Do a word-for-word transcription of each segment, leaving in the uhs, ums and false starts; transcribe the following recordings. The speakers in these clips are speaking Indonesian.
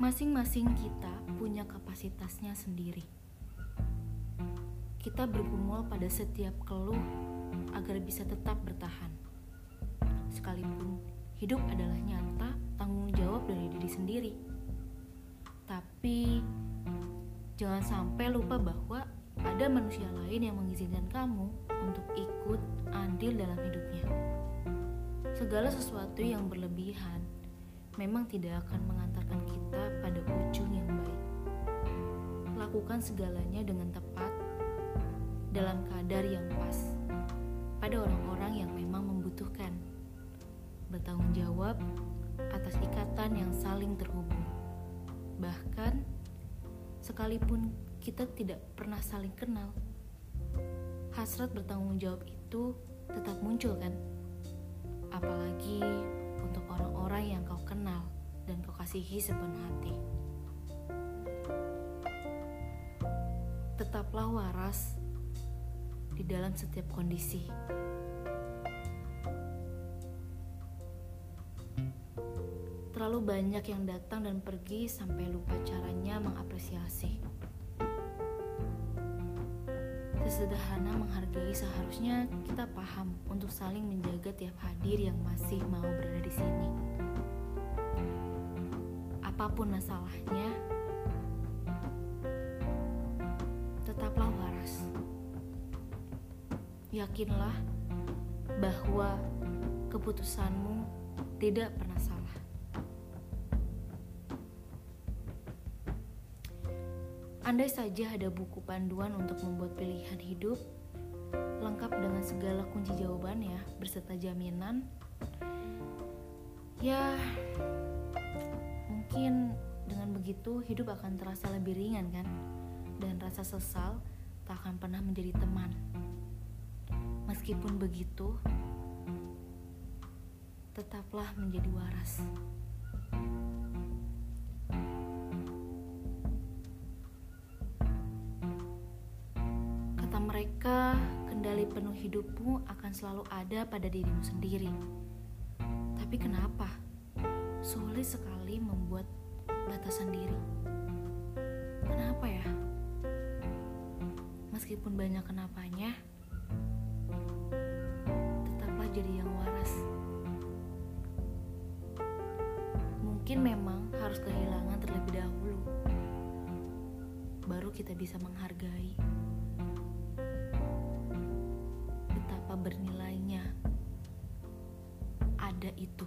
Masing-masing kita punya kapasitasnya sendiri. Kita bergumul pada setiap keluh agar bisa tetap bertahan. Sekalipun hidup adalah nyata, tanggung jawab dari diri sendiri. Tapi jangan sampai lupa bahwa ada manusia lain yang mengizinkan kamu untuk ikut andil dalam hidupnya. Segala sesuatu yang berlebihan memang tidak akan mengantarkan kita pada ujung yang baik. Lakukan segalanya dengan tepat, dalam kadar yang pas, pada orang-orang yang memang membutuhkan. Bertanggung jawab atas ikatan yang saling terhubung. Bahkan, sekalipun kita tidak pernah saling kenal, hasrat bertanggung jawab itu tetap muncul kan? Apalagi untuk orang-orang yang kau kenal dan kau kasihi sepenuh hati. Tetaplah waras di dalam setiap kondisi. Terlalu banyak yang datang dan pergi sampai lupa caranya mengapresiasi. Sesederhana menghargai, seharusnya kita paham untuk saling menjaga tiap hadir yang masih mau berada di sini. Apapun masalahnya, tetaplah waras. Yakinlah bahwa keputusanmu tidak pernah salah. Andai saja ada buku panduan untuk membuat pilihan hidup, lengkap dengan segala kunci jawabannya beserta jaminan, ya mungkin dengan begitu hidup akan terasa lebih ringan kan? Dan rasa sesal tak akan pernah menjadi teman. Meskipun begitu, tetaplah menjadi waras. Kata mereka, kendali penuh hidupmu akan selalu ada pada dirimu sendiri. Tapi kenapa? Sulit sekali membuat batasan diri. Kenapa ya? Meskipun banyak kenapanya, tetaplah jadi yang waras. Mungkin memang harus kehilangan terlebih dahulu, baru kita bisa menghargai betapa bernilainya ada itu.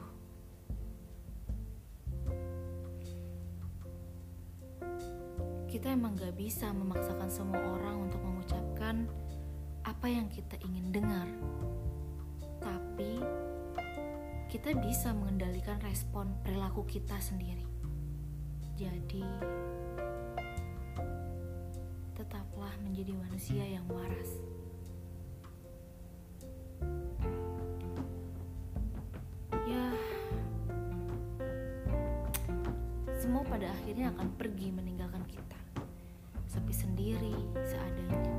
Kita emang gak bisa memaksakan semua orang untuk mengucapkan apa yang kita ingin dengar. Tapi kita bisa mengendalikan respon perilaku kita sendiri. Jadi, tetaplah menjadi manusia yang waras. Ya, semua pada akhirnya akan pergi meninggalkan kita, sepi sendiri, seadanya.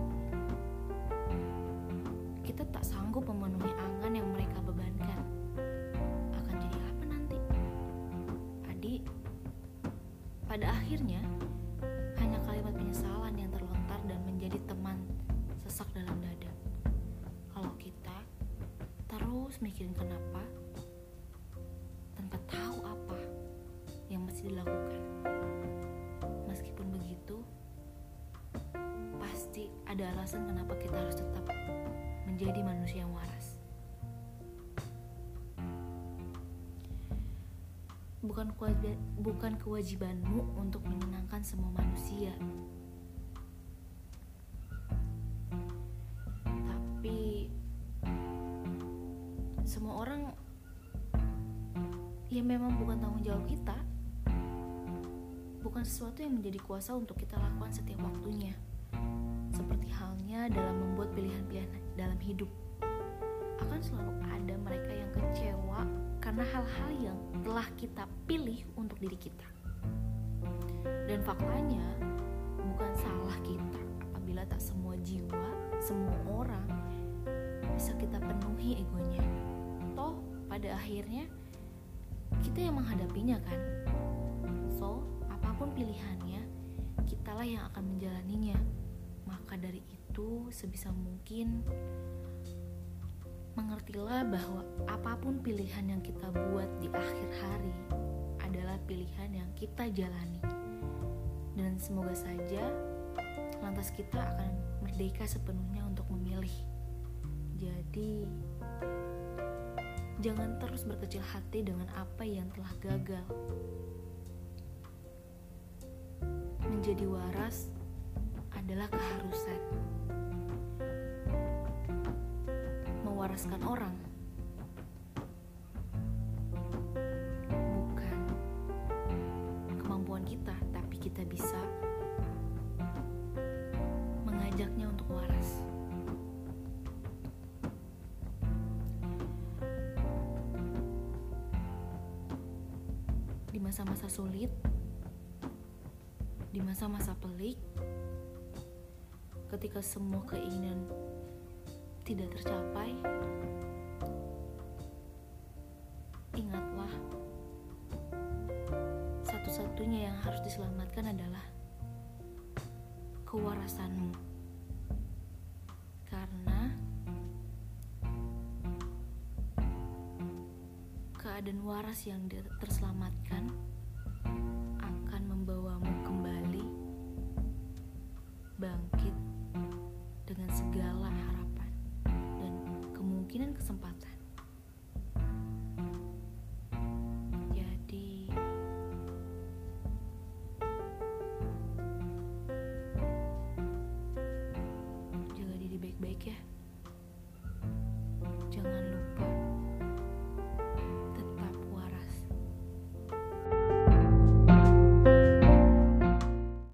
Kita tak sanggup memenuhi angan yang mereka bebankan. Akan jadi apa nanti? Adik, pada akhirnya hanya kalimat penyesalan yang terlontar dan menjadi teman sesak dalam dada. Kalau kita terus mikirin kenapa tanpa tahu apa yang mesti dilakukan. Meskipun begitu, pasti ada alasan kenapa kita harus tetap menjadi manusia yang waras. Bukan kewajiban, bukan kewajibanmu untuk menyenangkan semua manusia. Tapi semua orang ya memang bukan tanggung jawab kita. Bukan sesuatu yang menjadi kuasa untuk kita lakukan setiap waktunya. Seperti halnya dalam membuat pilihan-pilihan dalam hidup. Akan selalu ada mereka yang kecewa karena hal-hal yang telah kita pilih untuk diri kita. Dan faktanya, bukan salah kita apabila tak semua jiwa, semua orang bisa kita penuhi egonya. Toh, pada akhirnya kita yang menghadapinya kan. So, apapun apapun pilihannya, kitalah yang akan menjalaninya. Maka dari itu, sebisa mungkin mengertilah bahwa apapun pilihan yang kita buat di akhir hari adalah pilihan yang kita jalani. Dan semoga saja lantas kita akan merdeka sepenuhnya untuk memilih. Jadi, jangan terus berkecil hati dengan apa yang telah gagal. Menjadi waras adalah keharusan. Mewaraskan orang bukan kemampuan kita, tapi kita bisa mengajaknya untuk waras. Di masa-masa sulit, di masa-masa pelik, ketika semua keinginan tidak tercapai, ingatlah, satu-satunya yang harus diselamatkan adalah kewarasanmu. Karena keadaan waras yang terselamatkan